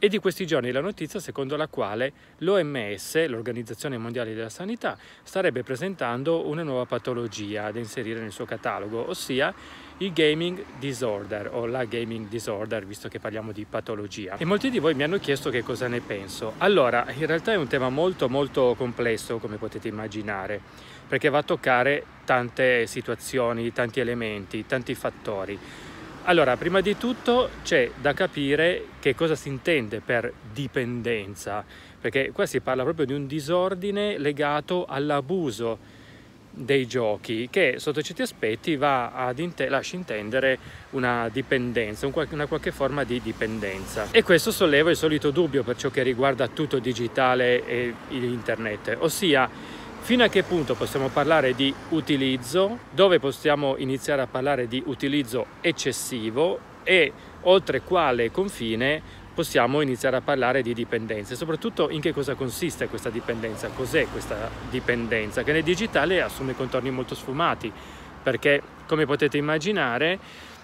È di questi giorni la notizia secondo la quale l'OMS, l'Organizzazione Mondiale della Sanità, starebbe presentando una nuova patologia da inserire nel suo catalogo, ossia il gaming disorder o la gaming disorder, visto che parliamo di patologia. E molti di voi mi hanno chiesto che cosa ne penso. Allora, in realtà è un tema molto complesso, come potete immaginare, perché va a toccare tante situazioni, tanti elementi, tanti fattori. Allora, prima di tutto c'è da capire che cosa si intende per dipendenza, perché qua si parla proprio di un disordine legato all'abuso dei giochi, che sotto certi aspetti lascia intendere una dipendenza, una qualche forma di dipendenza. E questo solleva il solito dubbio per ciò che riguarda tutto il digitale e internet, ossia fino a che punto possiamo parlare di utilizzo, dove possiamo iniziare a parlare di utilizzo eccessivo e oltre quale confine possiamo iniziare a parlare di dipendenza, e soprattutto in che cosa consiste questa dipendenza, cos'è questa dipendenza, che nel digitale assume contorni molto sfumati, perché come potete immaginare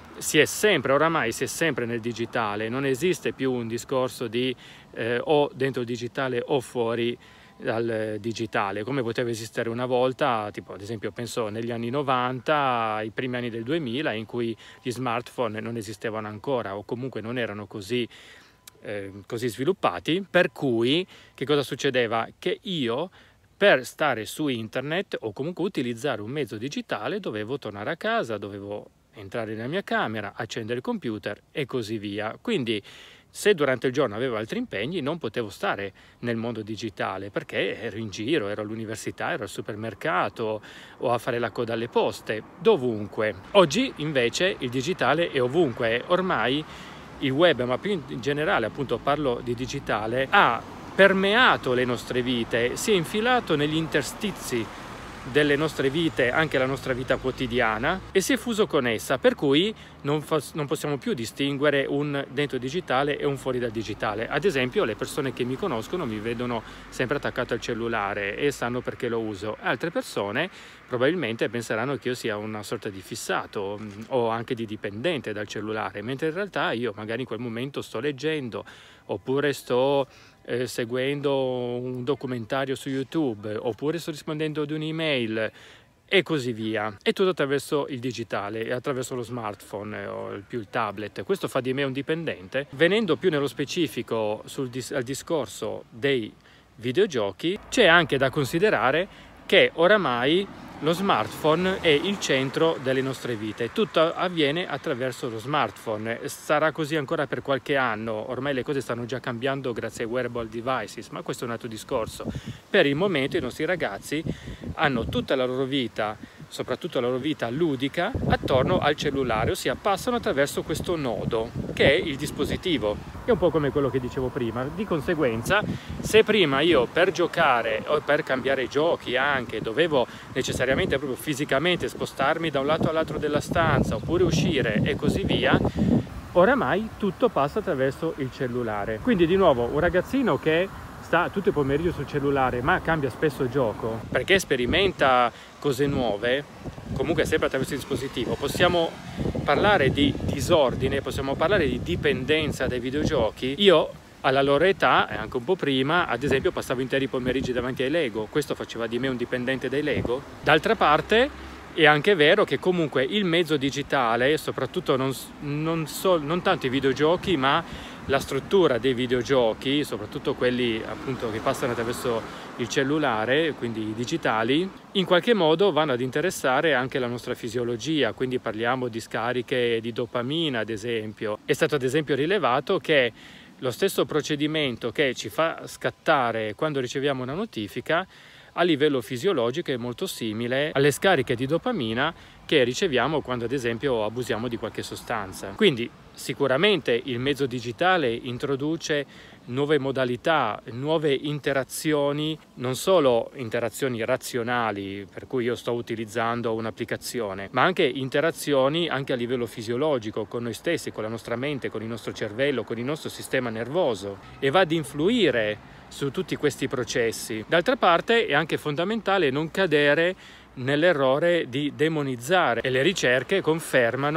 oramai si è sempre nel digitale, non esiste più un discorso di o dentro il digitale o fuori dal digitale, come poteva esistere una volta, tipo ad esempio penso negli anni 90, i primi anni del 2000, in cui gli smartphone non esistevano ancora o comunque non erano così sviluppati, per cui che cosa succedeva? Che io per stare su internet o comunque utilizzare un mezzo digitale dovevo tornare a casa, dovevo entrare nella mia camera, accendere il computer e così via. Quindi se durante il giorno avevo altri impegni non potevo stare nel mondo digitale perché ero in giro, ero all'università, ero al supermercato o a fare la coda alle poste, dovunque. Oggi invece il digitale è ovunque, ormai il web, ma più in generale appunto parlo di digitale, ha permeato le nostre vite, si è infilato negli interstizi delle nostre vite, anche la nostra vita quotidiana, e si è fuso con essa, per cui non possiamo più distinguere un dentro digitale e un fuori dal digitale. Ad esempio le persone che mi conoscono mi vedono sempre attaccato al cellulare e sanno perché lo uso. Altre persone probabilmente penseranno che io sia una sorta di fissato o anche di dipendente dal cellulare, mentre in realtà io magari in quel momento sto leggendo oppure sto seguendo un documentario su YouTube, oppure sto rispondendo ad un'email e così via. E tutto attraverso il digitale e attraverso lo smartphone o più il tablet. Questo fa di me un dipendente. Venendo più nello specifico al discorso dei videogiochi, c'è anche da considerare che oramai lo smartphone è il centro delle nostre vite, tutto avviene attraverso lo smartphone, sarà così ancora per qualche anno, ormai le cose stanno già cambiando grazie ai wearable devices, ma questo è un altro discorso. Per il momento i nostri ragazzi hanno tutta la loro vita, soprattutto la loro vita ludica, attorno al cellulare, ossia passano attraverso questo nodo che è il dispositivo. È un po' come quello che dicevo prima. Di conseguenza, se prima io per giocare o per cambiare giochi anche dovevo necessariamente proprio fisicamente spostarmi da un lato all'altro della stanza oppure uscire e così via, oramai tutto passa attraverso il cellulare. Quindi di nuovo un ragazzino che sta tutto il pomeriggio sul cellulare ma cambia spesso gioco perché sperimenta cose nuove, comunque sempre attraverso il dispositivo, possiamo parlare di disordine, possiamo parlare di dipendenza dai videogiochi. Io alla loro età e anche un po' prima, ad esempio, passavo interi pomeriggi davanti ai Lego, questo faceva di me un dipendente dai Lego. D'altra parte è anche vero che comunque il mezzo digitale, soprattutto non tanto i videogiochi ma la struttura dei videogiochi, soprattutto quelli appunto che passano attraverso il cellulare, quindi digitali, in qualche modo vanno ad interessare anche la nostra fisiologia, quindi parliamo di scariche di dopamina ad esempio. È stato ad esempio rilevato che lo stesso procedimento che ci fa scattare quando riceviamo una notifica a livello fisiologico è molto simile alle scariche di dopamina che riceviamo quando ad esempio abusiamo di qualche sostanza. Quindi sicuramente il mezzo digitale introduce nuove modalità, nuove interazioni, non solo interazioni razionali, per cui io sto utilizzando un'applicazione, ma anche interazioni anche a livello fisiologico con noi stessi, con la nostra mente, con il nostro cervello, con il nostro sistema nervoso, e va ad influire su tutti questi processi. D'altra parte è anche fondamentale non cadere nell'errore di demonizzare, e le ricerche confermano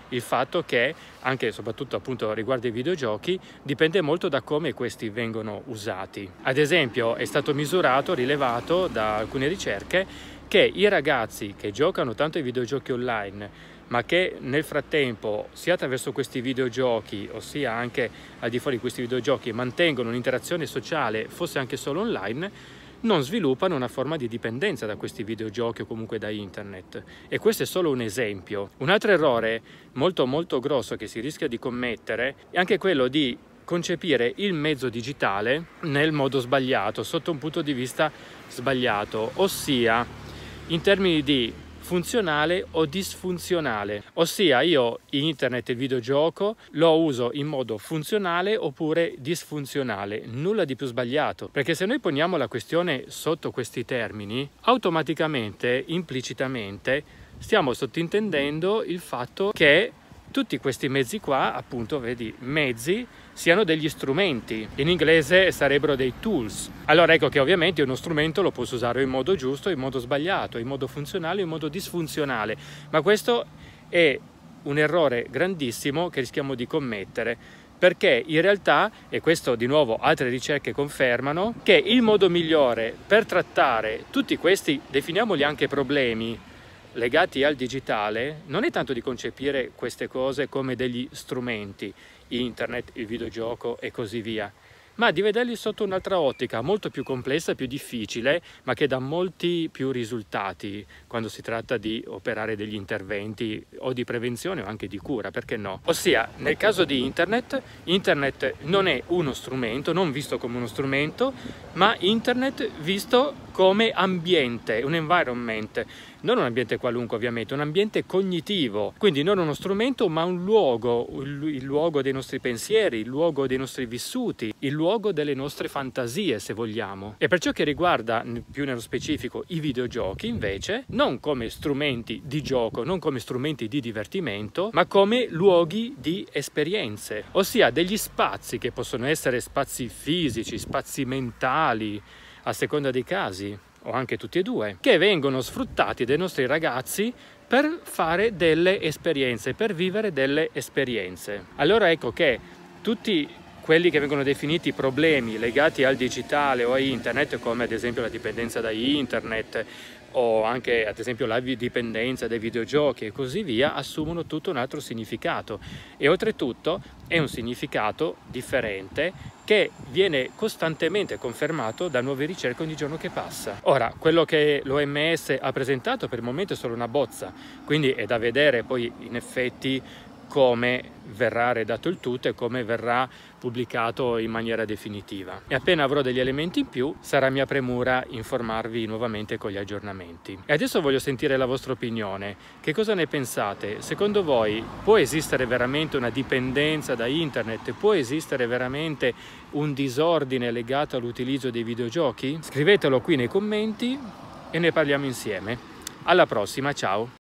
il fatto che, anche e soprattutto appunto riguardo ai videogiochi, dipende molto da come questi vengono usati. Ad esempio è stato misurato, rilevato da alcune ricerche, che i ragazzi che giocano tanto ai videogiochi online, ma che nel frattempo, sia attraverso questi videogiochi, ossia anche al di fuori di questi videogiochi, mantengono un'interazione sociale, fosse anche solo online, non sviluppano una forma di dipendenza da questi videogiochi o comunque da internet. E questo è solo un esempio. Un altro errore molto molto grosso che si rischia di commettere è anche quello di concepire il mezzo digitale nel modo sbagliato, sotto un punto di vista sbagliato, ossia in termini di funzionale o disfunzionale, ossia io internet e il videogioco lo uso in modo funzionale oppure disfunzionale, nulla di più sbagliato, perché se noi poniamo la questione sotto questi termini, automaticamente, implicitamente, stiamo sottintendendo il fatto che tutti questi mezzi qua, appunto, vedi, mezzi, siano degli strumenti. In inglese sarebbero dei tools. Allora ecco che ovviamente uno strumento lo posso usare in modo giusto, in modo sbagliato, in modo funzionale, in modo disfunzionale. Ma questo è un errore grandissimo che rischiamo di commettere, perché in realtà, e questo di nuovo altre ricerche confermano, che il modo migliore per trattare tutti questi, definiamoli anche problemi, legati al digitale, non è tanto di concepire queste cose come degli strumenti, internet, il videogioco e così via, ma di vederli sotto un'altra ottica, molto più complessa, più difficile, ma che dà molti più risultati quando si tratta di operare degli interventi o di prevenzione o anche di cura, perché no? Ossia, nel caso di internet, internet non è uno strumento, non visto come uno strumento, ma internet visto come ambiente, un environment, non un ambiente qualunque ovviamente, un ambiente cognitivo, quindi non uno strumento ma un luogo, il luogo dei nostri pensieri, il luogo dei nostri vissuti, il luogo delle nostre fantasie se vogliamo. E per ciò che riguarda più nello specifico i videogiochi invece, non come strumenti di gioco, non come strumenti di divertimento, ma come luoghi di esperienze, ossia degli spazi che possono essere spazi fisici, spazi mentali, a seconda dei casi, o anche tutti e due, che vengono sfruttati dai nostri ragazzi per fare delle esperienze, per vivere delle esperienze. Allora ecco che tutti quelli che vengono definiti problemi legati al digitale o a internet, come ad esempio la dipendenza da internet o anche ad esempio la dipendenza dai videogiochi e così via, assumono tutto un altro significato, e oltretutto è un significato differente che viene costantemente confermato da nuove ricerche ogni giorno che passa. Ora, quello che l'OMS ha presentato per il momento è solo una bozza, quindi è da vedere poi in effetti come verrà redatto il tutto e come verrà pubblicato in maniera definitiva. E appena avrò degli elementi in più sarà mia premura informarvi nuovamente con gli aggiornamenti. E adesso voglio sentire la vostra opinione. Che cosa ne pensate? Secondo voi può esistere veramente una dipendenza da internet? Può esistere veramente un disordine legato all'utilizzo dei videogiochi? Scrivetelo qui nei commenti e ne parliamo insieme. Alla prossima, ciao!